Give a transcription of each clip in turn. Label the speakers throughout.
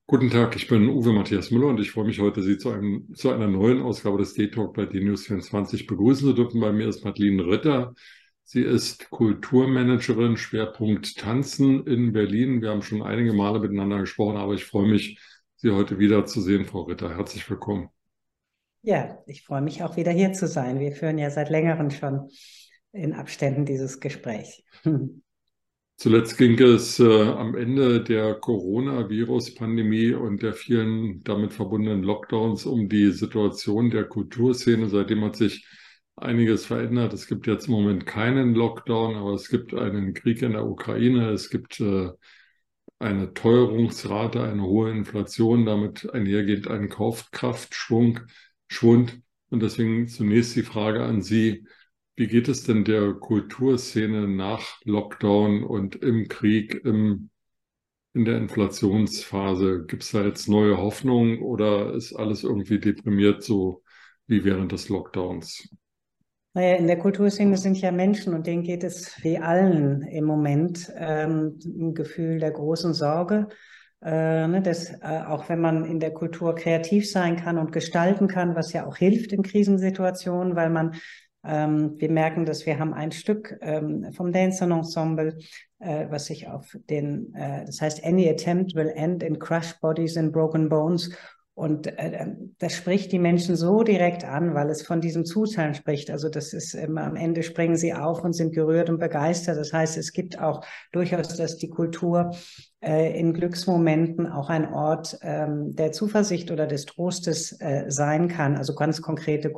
Speaker 1: Guten Tag, ich bin Uwe Matthias Müller und ich freue mich heute, Sie zu einer neuen Ausgabe des D-Talk bei DNews24 begrüßen zu dürfen. Bei mir ist Madeleine Ritter. Sie ist Kulturmanagerin, Schwerpunkt Tanzen in Berlin. Wir haben schon einige Male miteinander gesprochen, aber ich freue mich, Sie heute wieder zu sehen, Frau Ritter. Herzlich willkommen.
Speaker 2: Ja, ich freue mich auch wieder hier zu sein. Wir führen ja seit längerem schon in Abständen dieses Gespräch.
Speaker 1: Zuletzt ging es am Ende der Coronavirus-Pandemie und der vielen damit verbundenen Lockdowns um die Situation der Kulturszene. Seitdem hat sich einiges verändert. Es gibt jetzt im Moment keinen Lockdown, aber es gibt einen Krieg in der Ukraine. Es gibt eine Teuerungsrate, eine hohe Inflation, damit einhergehend einen Schwund. Und deswegen zunächst die Frage an Sie. Wie geht es denn der Kulturszene nach Lockdown und im Krieg, in der Inflationsphase? Gibt es da jetzt neue Hoffnung oder ist alles irgendwie deprimiert, so wie während des Lockdowns?
Speaker 2: Naja, in der Kulturszene sind ja Menschen und denen geht es wie allen im Moment ein Gefühl der großen Sorge. Auch wenn man in der Kultur kreativ sein kann und gestalten kann, was ja auch hilft in Krisensituationen, weil wir merken, dass wir haben ein Stück vom Dance Ensemble, was sich das heißt, Any attempt will end in crushed bodies and broken bones. Und das spricht die Menschen so direkt an, weil es von diesem Zuteilen spricht. Also das ist am Ende springen sie auf und sind gerührt und begeistert. Das heißt, es gibt auch durchaus, dass die Kultur in Glücksmomenten auch ein Ort der Zuversicht oder des Trostes sein kann. Also ganz konkrete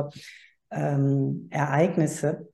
Speaker 2: Kulturereignisse.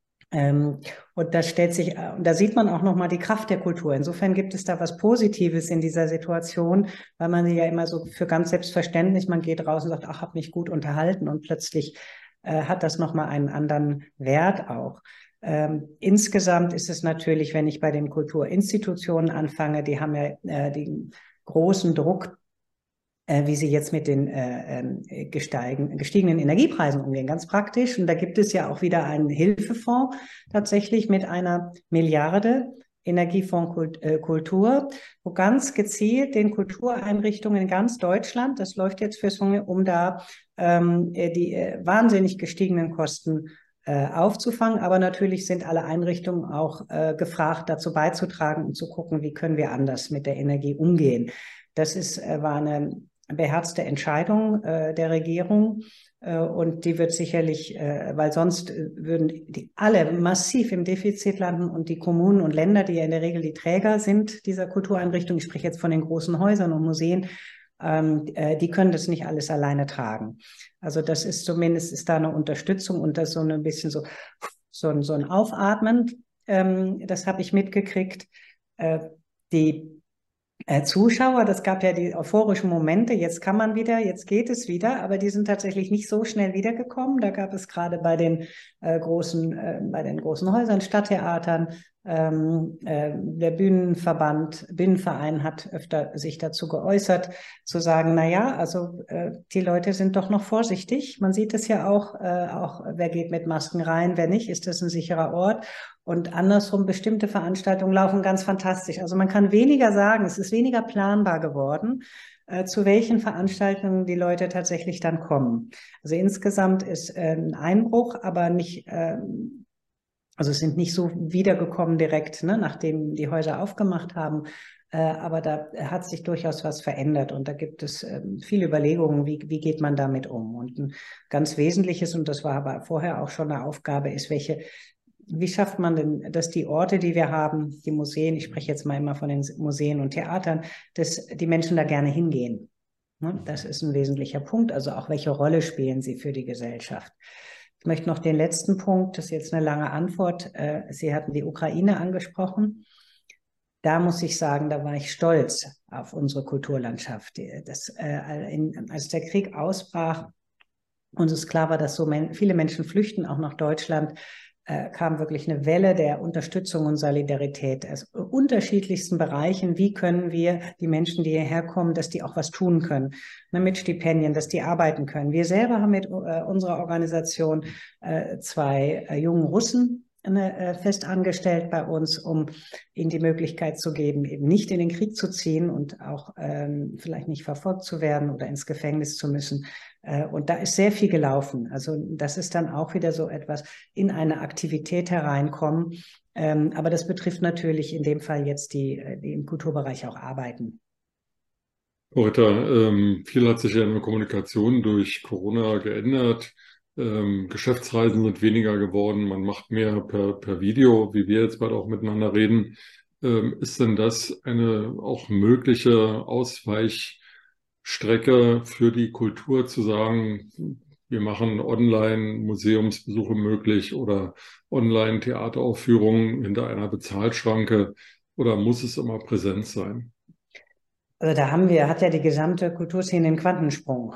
Speaker 2: Und da sieht man auch nochmal die Kraft der Kultur. Insofern gibt es da was Positives in dieser Situation, weil man sie ja immer so für ganz selbstverständlich, man geht raus und sagt, ach, hab mich gut unterhalten und plötzlich hat das nochmal einen anderen Wert auch. Insgesamt ist es natürlich, wenn ich bei den Kulturinstitutionen anfange, die haben ja den großen Druck, wie sie jetzt mit den gestiegenen Energiepreisen umgehen, ganz praktisch. Und da gibt es ja auch wieder einen Hilfefonds tatsächlich mit 1 Milliarde Energiefonds Kultur, wo ganz gezielt den Kultureinrichtungen in ganz Deutschland, das läuft jetzt fürs Hunger, um da die wahnsinnig gestiegenen Kosten aufzufangen. Aber natürlich sind alle Einrichtungen auch gefragt, dazu beizutragen und zu gucken, wie können wir anders mit der Energie umgehen. War eine beherzte Entscheidung der Regierung und die wird sicherlich, weil sonst würden die alle massiv im Defizit landen und die Kommunen und Länder, die ja in der Regel die Träger sind dieser Kultureinrichtungen, ich spreche jetzt von den großen Häusern und Museen, die können das nicht alles alleine tragen. Also das ist zumindest da eine Unterstützung und das so ein bisschen so ein Aufatmen, das habe ich mitgekriegt. Die Zuschauer, das gab ja die euphorischen Momente, jetzt kann man wieder, jetzt geht es wieder, aber die sind tatsächlich nicht so schnell wiedergekommen. Da gab es gerade bei den großen Häusern, Stadttheatern, der Bühnenverein hat öfter sich dazu geäußert, zu sagen, na ja, also die Leute sind doch noch vorsichtig. Man sieht es ja auch wer geht mit Masken rein, wer nicht, ist das ein sicherer Ort? Und andersrum, bestimmte Veranstaltungen laufen ganz fantastisch. Also man kann weniger sagen, es ist weniger planbar geworden, zu welchen Veranstaltungen die Leute tatsächlich dann kommen. Also insgesamt ist ein Einbruch, aber nicht, also es sind nicht so wiedergekommen direkt, ne, nachdem die Häuser aufgemacht haben. Aber da hat sich durchaus was verändert und da gibt es viele Überlegungen, wie geht man damit um. Und ein ganz wesentliches, und das war aber vorher auch schon eine Aufgabe, ist, wie schafft man denn, dass die Orte, die wir haben, die Museen, ich spreche jetzt mal immer von den Museen und Theatern, dass die Menschen da gerne hingehen. Das ist ein wesentlicher Punkt. Also auch, welche Rolle spielen sie für die Gesellschaft? Ich möchte noch den letzten Punkt, das ist jetzt eine lange Antwort. Sie hatten die Ukraine angesprochen. Da muss ich sagen, da war ich stolz auf unsere Kulturlandschaft. Als der Krieg ausbrach und es klar war, dass so viele Menschen flüchten, auch nach Deutschland, kam wirklich eine Welle der Unterstützung und Solidarität aus unterschiedlichsten Bereichen. Wie können wir die Menschen, die hierher kommen, dass die auch was tun können, mit Stipendien, dass die arbeiten können. Wir selber haben mit unserer Organisation 2 jungen Russen fest angestellt bei uns, um ihnen die Möglichkeit zu geben, eben nicht in den Krieg zu ziehen und auch vielleicht nicht verfolgt zu werden oder ins Gefängnis zu müssen. Und da ist sehr viel gelaufen. Also das ist dann auch wieder so etwas, in eine Aktivität hereinkommen. Aber das betrifft natürlich in dem Fall jetzt die im Kulturbereich auch arbeiten.
Speaker 1: Heute, viel hat sich ja in der Kommunikation durch Corona geändert. Geschäftsreisen sind weniger geworden. Man macht mehr per Video, wie wir jetzt beide auch miteinander reden. Ist denn das eine auch mögliche Ausweichstrecke für die Kultur zu sagen, wir machen Online-Museumsbesuche möglich oder Online-Theateraufführungen hinter einer Bezahlschranke oder muss es immer präsent sein?
Speaker 2: Also da hat ja die gesamte Kulturszene einen Quantensprung.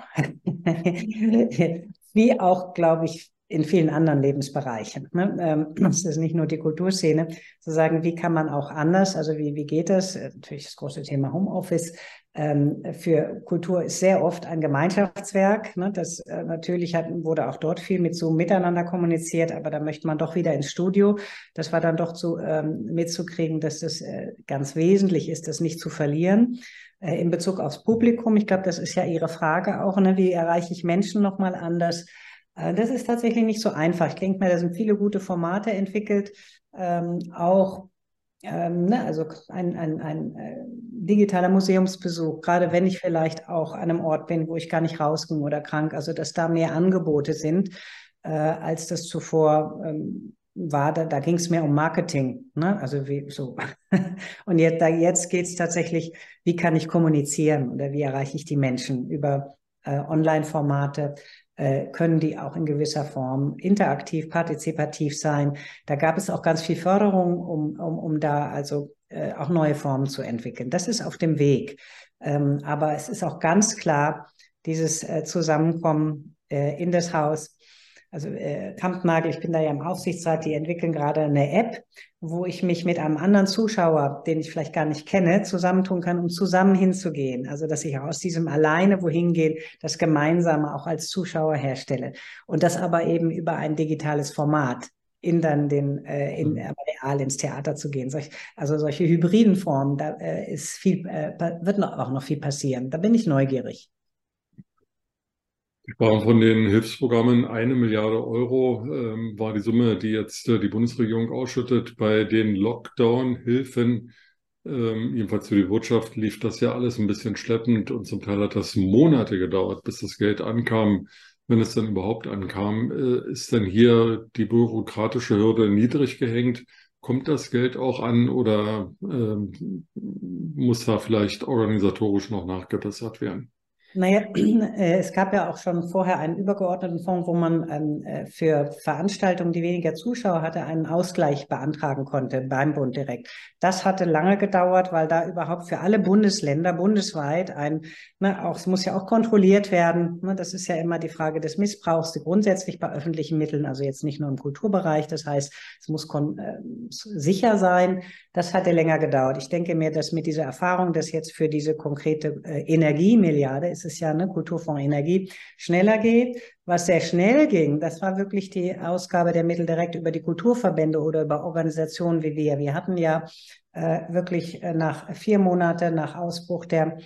Speaker 2: Wie auch, glaube ich, in vielen anderen Lebensbereichen. Ne? Es ist nicht nur die Kulturszene, zu sagen, wie kann man auch anders, also wie geht das? Natürlich das große Thema Homeoffice. Für Kultur ist sehr oft ein Gemeinschaftswerk. Ne? Das natürlich wurde auch dort viel mit Zoom miteinander kommuniziert, aber da möchte man doch wieder ins Studio. Das war dann doch mitzukriegen, dass das ganz wesentlich ist, das nicht zu verlieren. In Bezug aufs Publikum, ich glaube, das ist ja Ihre Frage auch, ne? Wie erreiche ich Menschen nochmal anders? Das ist tatsächlich nicht so einfach. Ich denke mir, da sind viele gute Formate entwickelt, auch ne, also ein digitaler Museumsbesuch, gerade wenn ich vielleicht auch an einem Ort bin, wo ich gar nicht rausging oder krank, also dass da mehr Angebote sind, als das zuvor war. Da ging es mehr um Marketing, ne? Also wie so. Und jetzt geht es tatsächlich, wie kann ich kommunizieren oder wie erreiche ich die Menschen über Online-Formate? Können die auch in gewisser Form interaktiv, partizipativ sein. Da gab es auch ganz viel Förderung, um da also auch neue Formen zu entwickeln. Das ist auf dem Weg. Aber es ist auch ganz klar, dieses Zusammenkommen in das Haus. Also Kampnagel, ich bin da ja im Aufsichtsrat, die entwickeln gerade eine App, wo ich mich mit einem anderen Zuschauer, den ich vielleicht gar nicht kenne, zusammentun kann, um zusammen hinzugehen. Also dass ich auch aus diesem alleine wohin gehen, das Gemeinsame auch als Zuschauer herstelle. Und das aber eben über ein digitales Format in dann real ins Theater zu gehen. Also solche hybriden Formen, da ist wird auch noch viel passieren. Da bin ich neugierig.
Speaker 1: Sie sprachen von den Hilfsprogrammen. 1 Milliarde Euro war die Summe, die jetzt die Bundesregierung ausschüttet. Bei den Lockdown-Hilfen, jedenfalls für die Wirtschaft, lief das ja alles ein bisschen schleppend und zum Teil hat das Monate gedauert, bis das Geld ankam, wenn es dann überhaupt ankam. Ist denn hier die bürokratische Hürde niedrig gehängt? Kommt das Geld auch an oder muss da vielleicht organisatorisch noch nachgebessert werden?
Speaker 2: Naja, es gab ja auch schon vorher einen übergeordneten Fonds, wo man für Veranstaltungen, die weniger Zuschauer hatte, einen Ausgleich beantragen konnte beim Bund direkt. Das hatte lange gedauert, weil da überhaupt für alle Bundesländer bundesweit es muss ja auch kontrolliert werden. Ne, das ist ja immer die Frage des Missbrauchs, grundsätzlich bei öffentlichen Mitteln, also jetzt nicht nur im Kulturbereich. Das heißt, es muss sicher sein. Das hatte länger gedauert. Ich denke mir, dass mit dieser Erfahrung, dass jetzt für diese konkrete Energiemilliarde, ist es ja eine Kulturfonds Energie, schneller geht. Was sehr schnell ging, das war wirklich die Ausgabe der Mittel direkt über die Kulturverbände oder über Organisationen wie wir. Wir hatten ja wirklich nach 4 Monaten nach Ausbruch der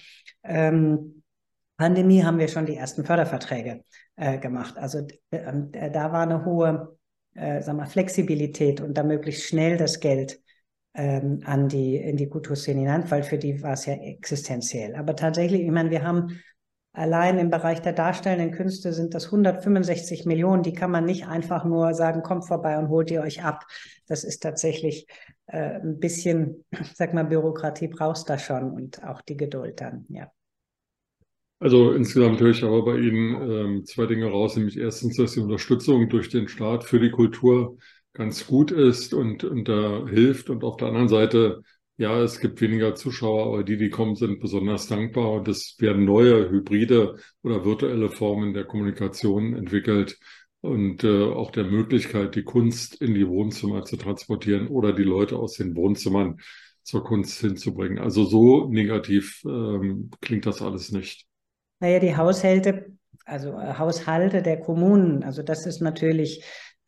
Speaker 2: Pandemie haben wir schon die ersten Förderverträge gemacht. Also da war eine hohe Flexibilität und da möglichst schnell das Geld in die Kulturszene hinein, weil für die war es ja existenziell. Aber tatsächlich, ich meine, wir haben allein im Bereich der darstellenden Künste sind das 165 Millionen, die kann man nicht einfach nur sagen, kommt vorbei und holt ihr euch ab. Das ist tatsächlich ein bisschen, sag mal, Bürokratie brauchst da schon und auch die Geduld dann, ja.
Speaker 1: Also insgesamt höre ich aber bei Ihnen 2 Dinge raus, nämlich erstens, dass die Unterstützung durch den Staat für die Kultur ganz gut ist und da hilft und auf der anderen Seite, ja, es gibt weniger Zuschauer, aber die kommen, sind besonders dankbar und es werden neue hybride oder virtuelle Formen der Kommunikation entwickelt und auch der Möglichkeit, die Kunst in die Wohnzimmer zu transportieren oder die Leute aus den Wohnzimmern zur Kunst hinzubringen. Also so negativ klingt das alles nicht.
Speaker 2: Naja, die Haushalte der Kommunen, also das ist natürlich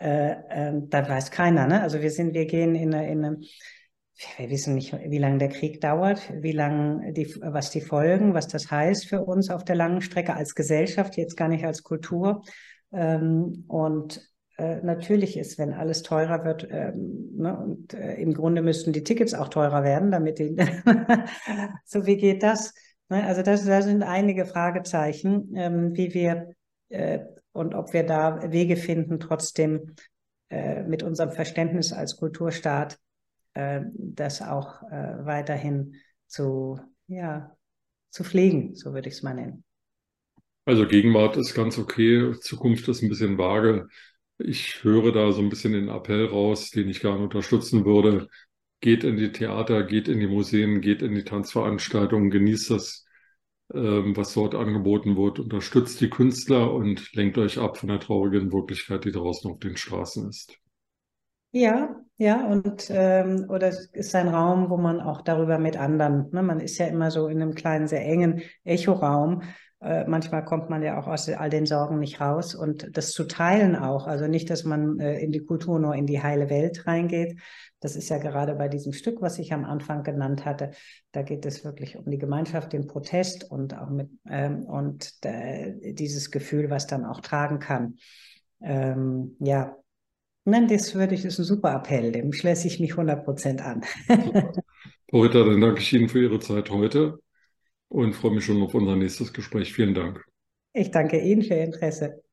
Speaker 2: da weiß keiner, ne? Also wir gehen wir wissen nicht, wie lange der Krieg dauert, was die Folgen, was das heißt für uns auf der langen Strecke als Gesellschaft, jetzt gar nicht als Kultur. Und natürlich ist, wenn alles teurer wird, ne, und im Grunde müssten die Tickets auch teurer werden, damit die so wie geht das? Ne? Also da sind einige Fragezeichen, wie wir und ob wir da Wege finden, trotzdem mit unserem Verständnis als Kulturstaat das auch weiterhin ja, zu pflegen, so würde ich es mal nennen.
Speaker 1: Also Gegenwart ist ganz okay, Zukunft ist ein bisschen vage. Ich höre da so ein bisschen den Appell raus, den ich gerne unterstützen würde. Geht in die Theater, geht in die Museen, geht in die Tanzveranstaltungen, genießt das, was dort angeboten wird, unterstützt die Künstler und lenkt euch ab von der traurigen Wirklichkeit, die draußen auf den Straßen ist.
Speaker 2: Ja, ja, und oder es ist ein Raum, wo man auch darüber mit anderen, ne, man ist ja immer so in einem kleinen, sehr engen Echoraum. Manchmal kommt man ja auch aus all den Sorgen nicht raus und das zu teilen auch. Also nicht, dass man in die Kultur nur in die heile Welt reingeht. Das ist ja gerade bei diesem Stück, was ich am Anfang genannt hatte. Da geht es wirklich um die Gemeinschaft, den Protest und auch dieses Gefühl, was dann auch tragen kann. Ja. Nein, das ist ein super Appell, dem schließe ich mich 100% an.
Speaker 1: Super. Frau Ritter, dann danke ich Ihnen für Ihre Zeit heute und freue mich schon auf unser nächstes Gespräch. Vielen Dank.
Speaker 2: Ich danke Ihnen für Ihr Interesse.